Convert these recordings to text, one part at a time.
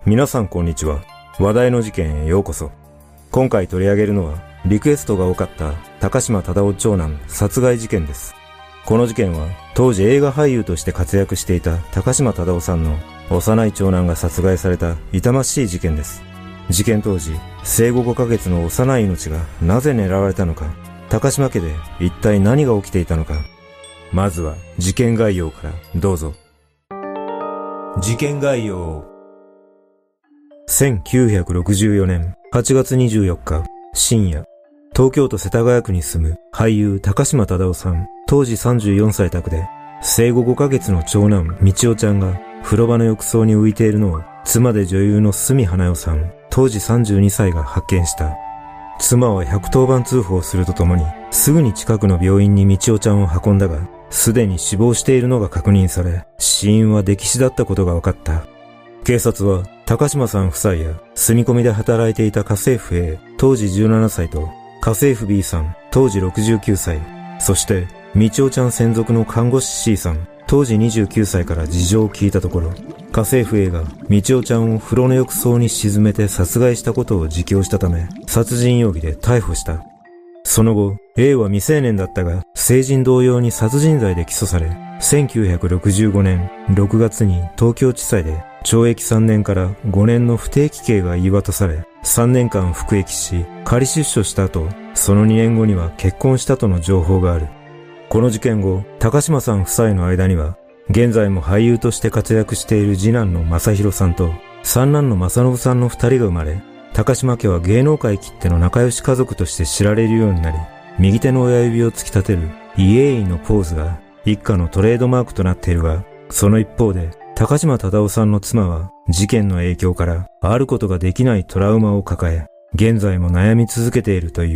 皆さんこんにちは。話題の事件へようこそ。今回取り上げるのは、リクエストが多かった高島忠夫長男殺害事件です。この事件は、当時映画俳優として活躍していた高島忠夫さんの幼い長男が殺害された痛ましい事件です。事件当時、生後5ヶ月の幼い命がなぜ狙われたのか、高島家で一体何が起きていたのか。まずは事件概要からどうぞ。事件概要。1964年8月24日深夜、東京都世田谷区に住む俳優高島忠夫さん、当時34歳宅で、生後5ヶ月の長男道夫ちゃんが風呂場の浴槽に浮いているのを妻で女優の角花代さん、当時32歳が発見した。妻は110番通報するとともに、すぐに近くの病院に道夫ちゃんを運んだが、すでに死亡しているのが確認され、死因は溺死だったことが分かった。警察は高島さん夫妻や住み込みで働いていた家政婦 A 当時17歳と家政婦 B さん当時69歳、そして道夫ちゃん専属の看護師 C さん当時29歳から事情を聞いたところ、家政婦 A が道夫ちゃんを風呂の浴槽に沈めて殺害したことを自供したため、殺人容疑で逮捕した。その後、A は未成年だったが、成人同様に殺人罪で起訴され、1965年6月に東京地裁で懲役3年から5年の不定期刑が言い渡され、3年間服役し、仮出所した後、その2年後には結婚したとの情報がある。この事件後、高島さん夫妻の間には、現在も俳優として活躍している次男の正弘さんと、三男の正信さんの2人が生まれ、高島家は芸能界きっての仲良し家族として知られるようになり、右手の親指を突き立てるイエーイのポーズが一家のトレードマークとなっているが、その一方で高島忠夫さんの妻は事件の影響からあることができないトラウマを抱え、現在も悩み続けているという。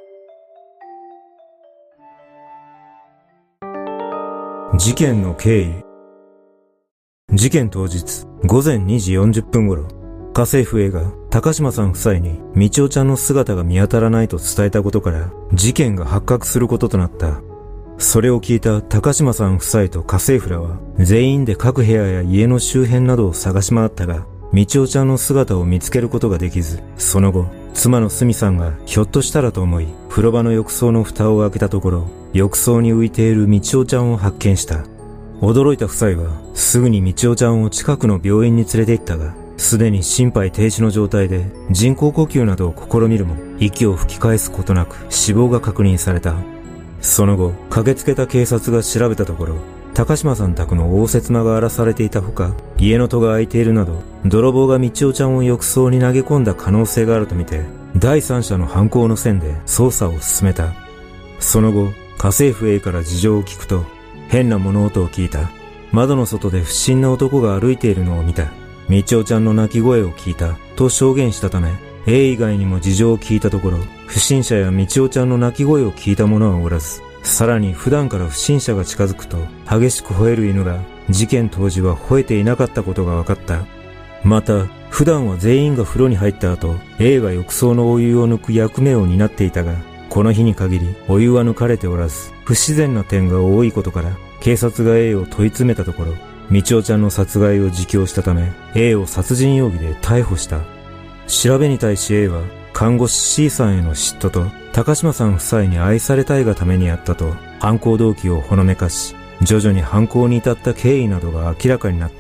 事件の経緯。事件当日午前2時40分頃、家政婦 A が高島さん夫妻に道夫ちゃんの姿が見当たらないと伝えたことから事件が発覚することとなった。それを聞いた高島さん夫妻と家政婦らは全員で各部屋や家の周辺などを探し回ったが、道夫ちゃんの姿を見つけることができず、その後、妻のすみさんがひょっとしたらと思い、風呂場の浴槽の蓋を開けたところ、浴槽に浮いている道夫ちゃんを発見した。驚いた夫妻はすぐに道夫ちゃんを近くの病院に連れて行ったが、すでに心肺停止の状態で人工呼吸などを試みるも息を吹き返すことなく死亡が確認された。その後、駆けつけた警察が調べたところ、高島さん宅の応接間が荒らされていたほか、家の戸が開いているなど、泥棒が道夫ちゃんを浴槽に投げ込んだ可能性があるとみて、第三者の犯行の線で捜査を進めた。その後、家政婦 A から事情を聞くと、変な物音を聞いた。窓の外で不審な男が歩いているのを見た。道夫ちゃんの泣き声を聞いたと証言したため、A 以外にも事情を聞いたところ、不審者や道夫ちゃんの泣き声を聞いた者はおらず、さらに普段から不審者が近づくと激しく吠える犬が事件当時は吠えていなかったことが分かった。また、普段は全員が風呂に入った後、A が浴槽のお湯を抜く役目を担っていたが、この日に限りお湯は抜かれておらず、不自然な点が多いことから、警察が A を問い詰めたところ、道夫ちゃんの殺害を自供したため A を殺人容疑で逮捕した。調べに対し A は看護師 C さんへの嫉妬と高島さん夫妻に愛されたいがためにやったと犯行動機をほのめかし、徐々に犯行に至った経緯などが明らかになった。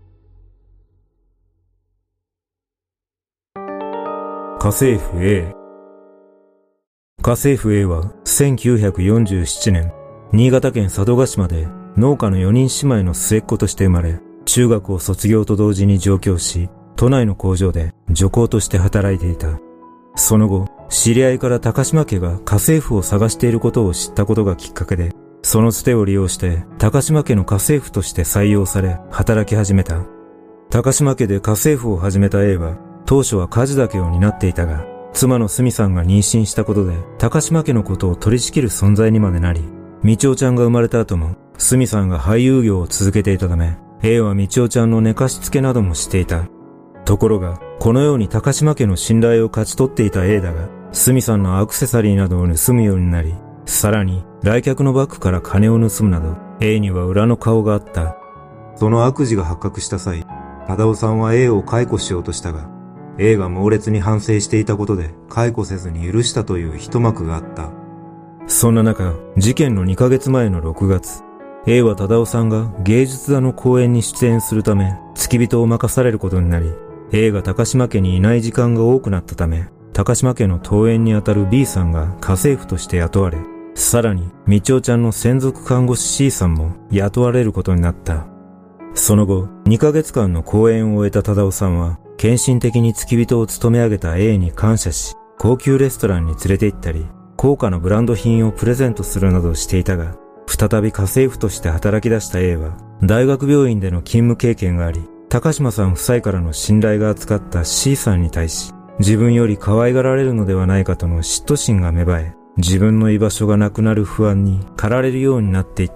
家政婦 A。 家政婦 A は1947年新潟県佐渡島で農家の4人姉妹の末っ子として生まれ、中学を卒業と同時に上京し、都内の工場で女工として働いていた。その後、知り合いから高島家が家政婦を探していることを知ったことがきっかけで、そのつてを利用して高島家の家政婦として採用され、働き始めた。高島家で家政婦を始めた A は、当初は家事だけを担っていたが、妻のすみさんが妊娠したことで、高島家のことを取り仕切る存在にまでなり、道夫ちゃんが生まれた後も、すみさんが俳優業を続けていたため、A は道夫ちゃんの寝かしつけなどもしていた。ところが、このように高島家の信頼を勝ち取っていた A だが、すみさんのアクセサリーなどを盗むようになり、さらに来客のバッグから金を盗むなど、A には裏の顔があった。その悪事が発覚した際、 忠夫さんは A を解雇しようとしたが、A が猛烈に反省していたことで解雇せずに許したという一幕があった。そんな中、事件の2ヶ月前の6月、A は忠夫さんが芸術座の公演に出演するため、付き人を任されることになり、A が高島家にいない時間が多くなったため、高島家の登園にあたる B さんが家政婦として雇われ、さらに、みちおちゃんの専属看護師 C さんも雇われることになった。その後、2ヶ月間の公演を終えた忠夫さんは、献身的に付き人を務め上げた A に感謝し、高級レストランに連れて行ったり、高価なブランド品をプレゼントするなどしていたが、再び家政婦として働き出した A は、大学病院での勤務経験があり、高島さん夫妻からの信頼が厚かった C さんに対し、自分より可愛がられるのではないかとの嫉妬心が芽生え、自分の居場所がなくなる不安に駆られるようになっていった。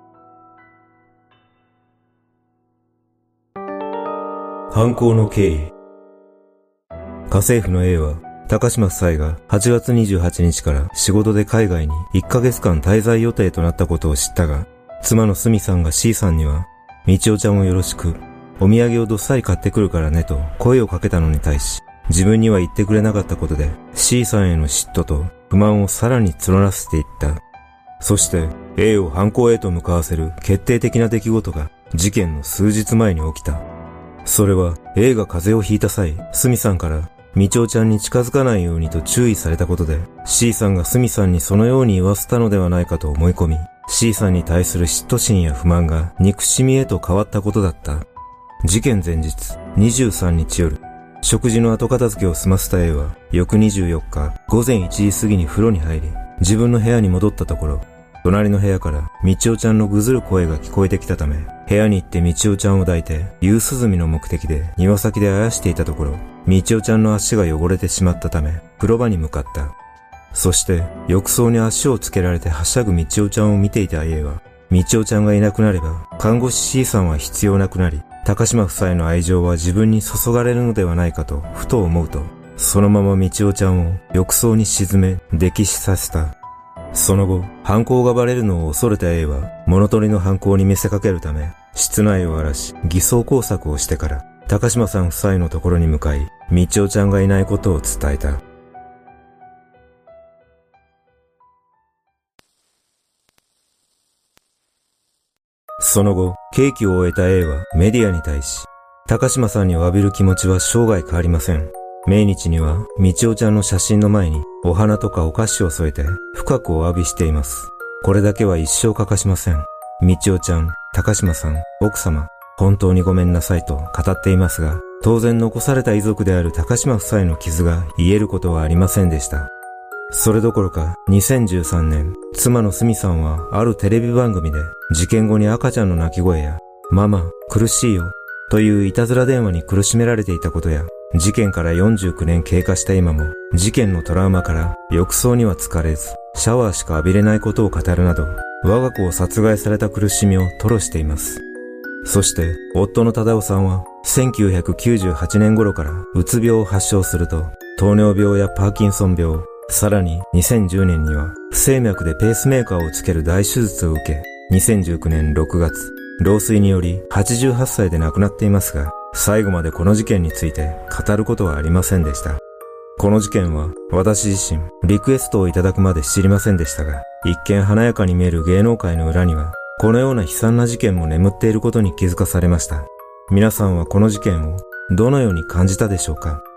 犯行の経緯。家政婦の A は、高島夫妻が8月28日から仕事で海外に1ヶ月間滞在予定となったことを知ったが、妻のすみさんが C さんには、みちおちゃんをよろしく、お土産をどっさり買ってくるからねと声をかけたのに対し、自分には言ってくれなかったことで C さんへの嫉妬と不満をさらに募らせていった。そして A を犯行へと向かわせる決定的な出来事が事件の数日前に起きた。それは A が風邪をひいた際、すみさんからみちおちゃんに近づかないようにと注意されたことで C さんがすみさんにそのように言わせたのではないかと思い込み、 C さんに対する嫉妬心や不満が憎しみへと変わったことだった。事件前日23日夜、食事の後片付けを済ませた A は翌24日午前1時過ぎに風呂に入り、自分の部屋に戻ったところ、隣の部屋からみちおちゃんのぐずる声が聞こえてきたため、部屋に行ってみちおちゃんを抱いて夕涼みの目的で庭先であやしていたところ、みちおちゃんの足が汚れてしまったため風呂場に向かった。そして浴槽に足をつけられてはしゃぐみちおちゃんを見ていた A は、みちおちゃんがいなくなれば看護師 C さんは必要なくなり、高島夫妻の愛情は自分に注がれるのではないかとふと思うと、そのままみちおちゃんを浴槽に沈め溺死させた。その後、犯行がバレるのを恐れた A は物取りの犯行に見せかけるため、室内を荒らし偽装工作をしてから高島さん夫妻のところに向かい、みちおちゃんがいないことを伝えた。その後、刑期を終えた A はメディアに対し、高島さんに詫びる気持ちは生涯変わりません。命日には、みちおちゃんの写真の前にお花とかお菓子を添えて深くお詫びしています。これだけは一生欠かしません。みちおちゃん、高島さん、奥様、本当にごめんなさいと語っていますが、当然残された遺族である高島夫妻の傷が癒えることはありませんでした。それどころか、2013年、妻のすみさんはあるテレビ番組で事件後に赤ちゃんの泣き声や、ママ、苦しいよ、といういたずら電話に苦しめられていたことや、事件から49年経過した今も、事件のトラウマから浴槽には浸かれず、シャワーしか浴びれないことを語るなど、我が子を殺害された苦しみを吐露しています。そして、夫の忠夫さんは、1998年頃からうつ病を発症すると、糖尿病やパーキンソン病、さらに2010年には不整脈でペースメーカーをつける大手術を受け、2019年6月、老衰により88歳で亡くなっていますが、最後までこの事件について語ることはありませんでした。この事件は私自身リクエストをいただくまで知りませんでしたが、一見華やかに見える芸能界の裏には、このような悲惨な事件も眠っていることに気づかされました。皆さんはこの事件をどのように感じたでしょうか？